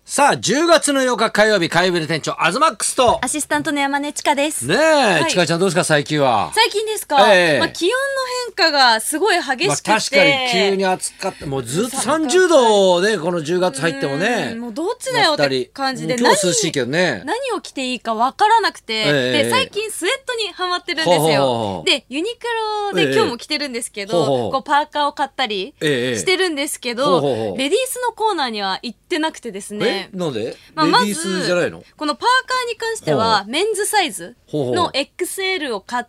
さあ10月の8日火曜日の店長アズマックスとアシスタントの山根千佳ですねえ、 はい、 ちかちゃんどうですか最近は。 最近ですか、気温の変化がすごい激しくて、 確かに急に暑かった。もうずっと30度でこの10月入ってもね、 もうどっちだよって感じで、 今日涼しいけどね、 何を着ていいかわからなくて、で最近スウェットにハマってるんですよ。でユニクロで今日も着てるんですけど、こうパーカーを買ったりしてるんですけど、レディースのコーナーには行ってなくてですね。 なんで？ まレディースじゃないの？ このパーカーに関してはメンズサイズの XL を買って、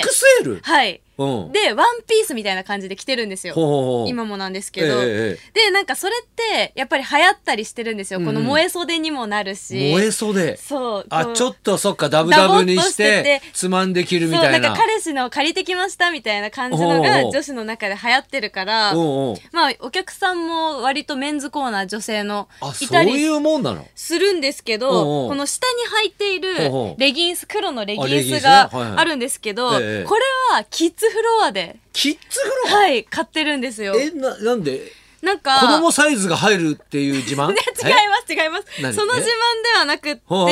XL？ はい。でワンピースみたいな感じで着てるんですよ。今もなんですけど、でなんかそれってやっぱり流行ったりしてるんですよ。この燃え袖にもなるし、 燃え袖、 そう、 ちょっとそっかダブダブにしてつまんで着るみたいな、 なんか彼氏の借りてきましたみたいな感じのが女子の中で流行ってるから、まあお客さんも割とメンズコーナー女性のいたりするんですけど、この下に履いているレギンス、黒のレギンスがあるんですけど、これはキッズフロアで、 キッズフロア、 はい、買ってるんですよ。 なんで？ なんか子供サイズが入るっていう自慢？ 違います。その自慢ではなくって、こう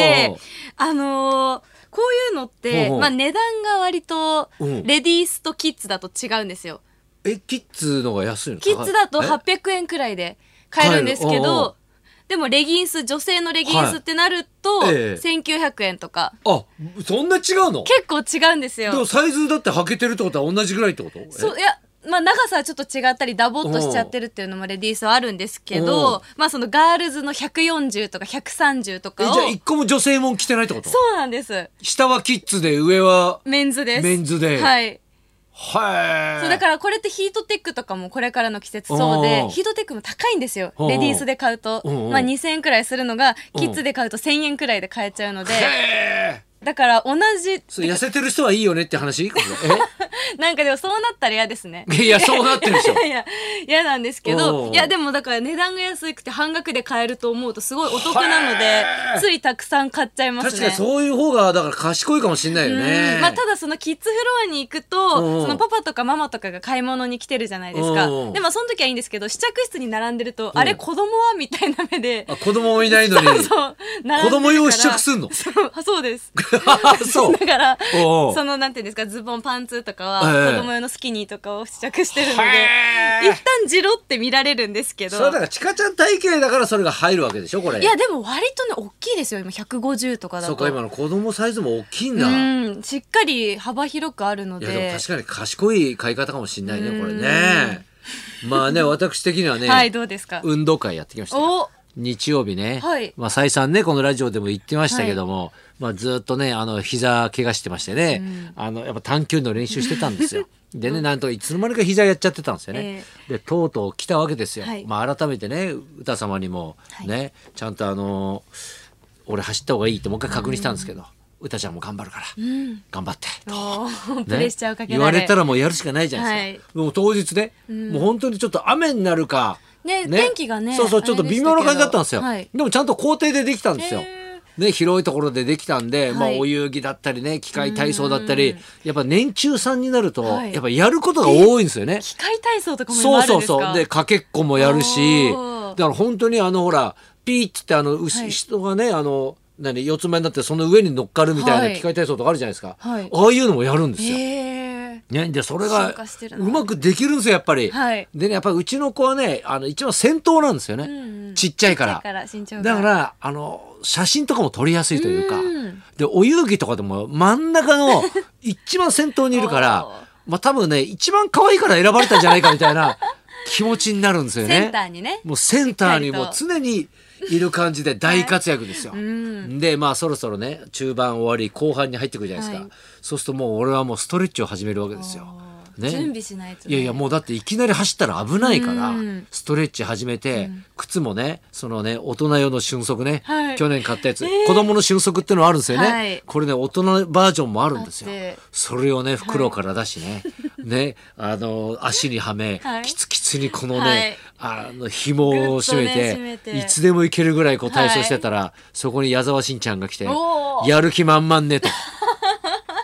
いうのって、まあ値段が割とレディースとキッズだと違うんですよ。 キッズのが安いの？ キッズだと800円くらいで買えるんですけど、でもレギンス、女性のレギンスってなると1900円とか。 あ、そんな違うの？ 結構違うんですよ。 でもサイズだって履けてるってことは同じぐらいってこと？ そう、いや、まあ長さはちょっと違ったりダボっとしちゃってるっていうのもレディースはあるんですけど、まあそのガールズの140とか130とかを。 じゃあ一個も女性も着てないってこと？ そうなんです。 下はキッズで上はメンズです。 メンズで。 はい。 はい。 そうだからこれってヒートテックとかもこれからの季節そうで、ヒートテックも高いんですよ。レディースで買うと、まあ2000円くらいするのがキッズで買うと1000円くらいで買えちゃうので。だから同じ痩せてる人はいいよねって話？ なんかでもそうなったら嫌ですね。 いやそうなってるでしょ。 いや嫌なんですけど、いやでもだから値段が安くて半額で買えると思うとすごいお得なので、ついたくさん買っちゃいますね。 確かにそういう方がだから賢いかもしれないよね。 まあただそのキッズフロアに行くと、そのパパとかママとかが買い物に来てるじゃないですか。でもその時はいいんですけど、試着室に並んでると、あれ子供はみたいな目で、 子供もいないのに子供用試着すんの？ そうです。 そうだからそのなんていうんですか、ズボンパンツとかは子供用のスキニーとかを試着してるので、一旦ジロって見られるんですけど、 それだからちかちゃん体型だからそれが入るわけでしょこれ。 いやでも割とね大きいですよ今150とかだと。 そうか、今の子供サイズも大きいんだ。 しっかり幅広くあるので。 いやでも確かに賢い買い方かもしれないねこれね。まあね私的にはね、 はい、どうですか？ 運動会やってきましたよ。日曜日ね、まあ再三ねこのラジオでも言ってましたけども、まあずっとね膝怪我してましてね、やっぱ短距離の練習してたんですよ。でね、なんといつの間にか膝やっちゃってたんですよね。でとうとう来たわけですよ。まあ改めてね歌様にもね、ちゃんと俺走った方がいいってもう一回確認したんですけど、歌ちゃんも頑張るから、頑張ってとプレッシャーをかけられ言われたらもうやるしかないじゃないですか。もう当日ね、もう本当にちょっと雨になるか天気がね、 そうそうちょっと微妙な感じだったんですよ。でもちゃんと校庭でできたんですよ。ね、広いところでできたんで、まあお遊戯だったりね、機械体操だったり、やっぱ年中さんになるとやっぱやることが多いんですよね。 機械体操とかも今あるんですか？ そうでかけっこもやるし、だから本当にほらピーって人がね四つ前になってその上に乗っかるみたいな機械体操とかあるじゃないですか。ああいうのもやるんですよ。でそれがうまくできるんですよやっぱり。でねやっぱりうちの子はね一番先頭なんですよね、ちっちゃいから。だから写真とかも撮りやすいというか、でお遊戯とかでも真ん中の一番先頭にいるからまあ多分ね一番可愛いから選ばれたんじゃないかみたいな気持ちになるんですよね。 センターにね、 もうセンターにもう常にいる感じで大活躍ですよ。でまあそろそろね中盤終わり後半に入ってくるじゃないですか。そうするともう俺はもうストレッチを始めるわけですよ。 準備しないとね。 いやいやもうだっていきなり走ったら危ないからストレッチ始めて、靴もねそのね大人用の瞬足ね、去年買ったやつ、子供の瞬足っていうのはあるんですよね。これね大人バージョンもあるんですよ。それをね袋から出しね、ね足にはめ、キツキツにこのね、紐を締めていつでもいけるぐらい体操してたら、そこに矢沢慎ちゃんが来て、やる気満々ねと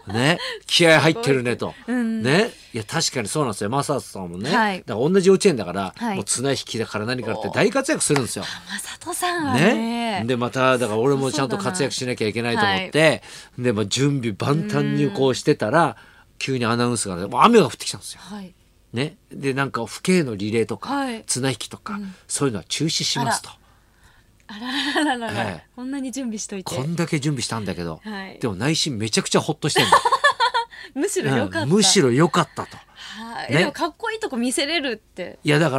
ね、気合入ってるねと、ね、いや確かにそうなんですよ。正人さんもね、だから同じ幼稚園だから、もう綱引きだから何からって大活躍するんですよ。 正人さんはね。 でまただから俺もちゃんと活躍しなきゃいけないと思って、でも準備万端にこうしてたら、急にアナウンスがね、もう雨が降ってきたんですよ。ね、でなんか父兄のリレーとか、綱引きとか、そういうのは中止しますと。 あらららら、こんなに準備しといて、 こんだけ準備したんだけど、でも内心めちゃくちゃホッとしてるの。 むしろ良かった、 むしろ良かったと。 でもかっこいいとこ見せれるって。 いやだから、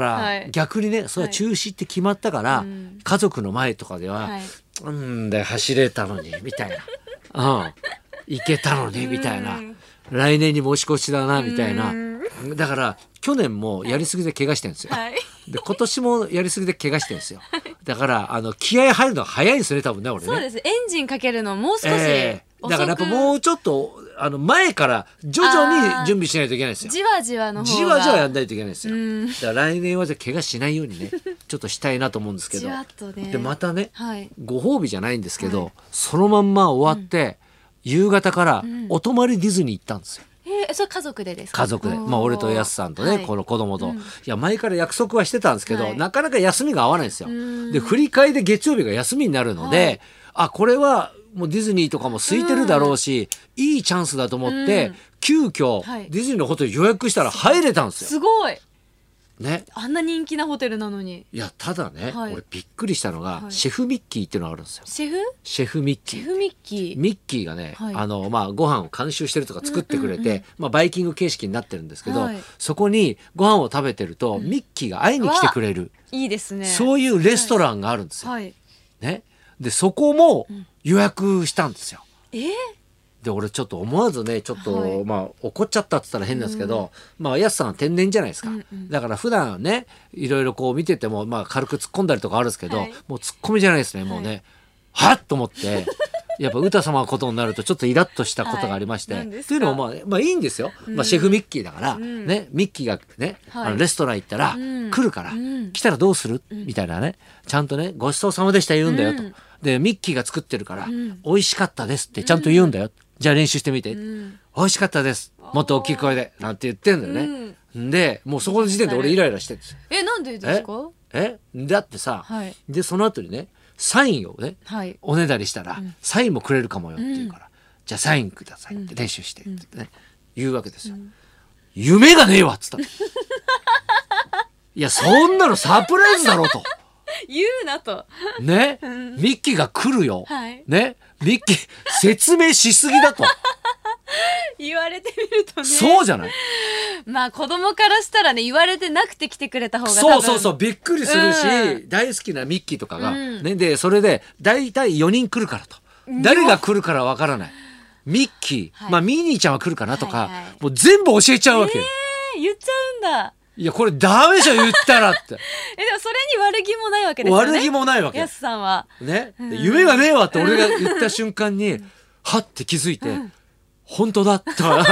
逆にね、それは中止って決まったから、家族の前とかでは、で走れたのにみたいな、行けたのにみたいな、来年に持ち越しだなみたいな。だから去年もやりすぎで怪我してるんですよ。で今年もやりすぎで怪我してるんですよ。だから気合入るのが早いんですね、多分ね、俺ね。 そうです。エンジンかけるのもう少し、 だからやっぱもうちょっと前から徐々に準備しないといけないんですよ。 じわじわの方がじわじわやんないといけないんですよ。だから来年はじゃ怪我しないようにねちょっとしたいなと思うんですけど、でまたね、ご褒美じゃないんですけど、そのまんま終わって、夕方からお泊まりディズニー行ったんですよ。 それ家族でですか？ 家族で、俺とやすさんとね、この子供と、いや前から約束はしてたんですけど、なかなか休みが合わないんですよ。で振り替えで月曜日が休みになるので、これはもうディズニーとかも空いてるだろうし、いいチャンスだと思って、急遽ディズニーのホテル予約したら入れたんですよ。 すごいね、 あんな人気なホテルなのに。 いやただね、俺びっくりしたのが、シェフミッキーっていうのがあるんですよ。シェフミッキー。ミッキーがね、ご飯を監修してるとか作ってくれて、バイキング形式になってるんですけど、そこにご飯を食べてると、ミッキーが会いに来てくれる、 いいですね、 そういうレストランがあるんですよ。ね、でそこも予約したんですよ。で俺ちょっと思わずね、ちょっと、怒っちゃったって言ったら変なんですけど、やすさんは天然じゃないですか。だから普段ね、いろいろこう見てても、軽く突っ込んだりとかあるんですけど、もう突っ込みじゃないですね、もうね、はっと思ってやっぱ歌様のことになるとちょっとイラッとしたことがありまして、というのもいいんですよ、シェフミッキーだから、ね、ミッキーがね、レストラン行ったら、来るから、来たらどうする、みたいなね、ちゃんとね、ごちそうさまでした言うんだよと。でミッキーが作ってるから、美味しかったですってちゃんと言うんだよ、じゃあ練習してみて、美味しかったです、もっと大きい声でなんて言ってんだよね。でもうそこの時点で俺イライラしてるんですよ。 なんでですか？ だってさ、でその後にね、サインをね、おねだりしたら、サインもくれるかもよって言うから、じゃあサインくださいって練習してってね、言うわけですよ。夢がねえわっつったの。いやそんなのサプライズだろと。 言うなとね、ミッキーが来るよ、ね、ミッキー説明しすぎだと言われてみるとね、 そうじゃない。 子供からしたらね、言われてなくて来てくれた方が多分そうびっくりするし、大好きなミッキーとかが、でそれで大体4人来るからと、誰が来るからわからない、ミッキー、ミニーちゃんは来るかなとか、もう全部教えちゃうわけよ。 言っちゃうんだ。 いやこれダメでしょ言ったらって。 でもそれに悪気もないわけですよね。 悪気もないわけ。 やすさんはね、夢がねえわって俺が言った瞬間にはって気づいて、本当だった。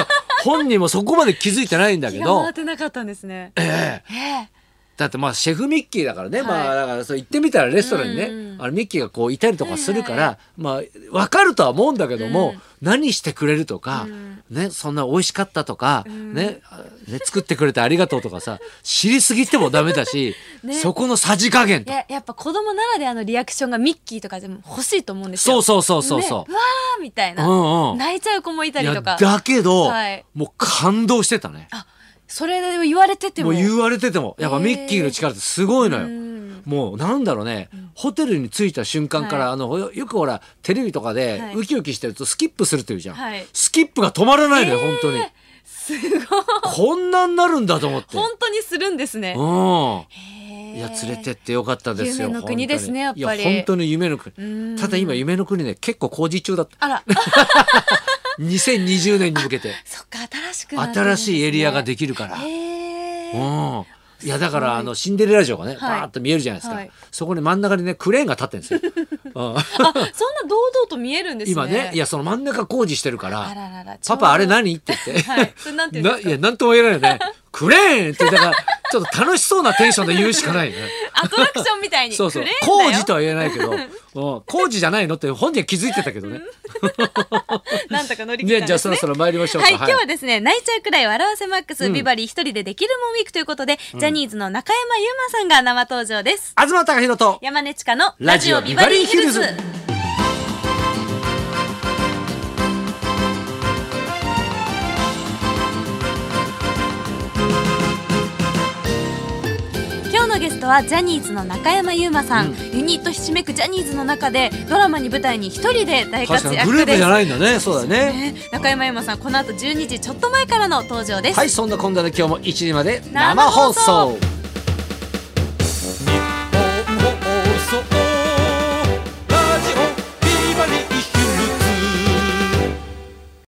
本人もそこまで気づいてないんだけど。気が回ってなかったんですね。 だってシェフミッキーだからね、だからそう行ってみたらレストランにね、ミッキーがこういたりとかするから、分かるとは思うんだけども、何してくれるとか、ね、そんな美味しかったとか、ね、作ってくれてありがとうとかさ、知りすぎてもダメだし、そこのさじ加減と。 やっぱ子供ならではのリアクションがミッキーとかでも欲しいと思うんですよ。 そう、 わーみたいな、泣いちゃう子もいたりとか。 だけど、もう感動してたね。 それで言われててもやっぱミッキーの力ってすごいのよ。もうなんだろうね、ホテルに着いた瞬間から、よくほらテレビとかでウキウキしてるとスキップするっていうじゃん、スキップが止まらないのよ、本当に。 すごい。 こんなんなるんだと思って。 本当にするんですね。 いや連れてってよかったですよ。 夢の国ですね、やっぱり。 いや本当に夢の国。ただ今夢の国ね、結構工事中だった。 あら。 2020年に向けて。 そっか、新しいエリアができるから。いやだからシンデレラ城がね、バーッと見えるじゃないですか。そこに真ん中にねクレーンが立ってるんですよ。 そんな堂々と見えるんですね。 今ね、いやその真ん中工事してるから、パパあれ何って言って、いやなんとも言えないよね。 クレーンってだからちょっと楽しそうなテンションで言うしかないね。 アトラクションみたいに。 そうそう。工事とは言えないけど、工事じゃないのって本人は気づいてたけどね。 なんとか乗り切ったんですね。 じゃあそろそろ参りましょうか。 はい、今日はですね、泣いちゃうくらい笑わせマックス、ビバリー一人でできるもんウィークということで、ジャニーズの中山優馬さんが生登場です。 東貴博と山根千佳のラジオビバリーヒルズ。今日のゲストはジャニーズの中山優馬さん、ユニットひしめくジャニーズの中でドラマに舞台に一人で大活躍です。 グループじゃないんだね。そうだね。 中山優馬さん、この後12時ちょっと前からの登場です。 はい、そんなこんなで今日も1時まで生放送。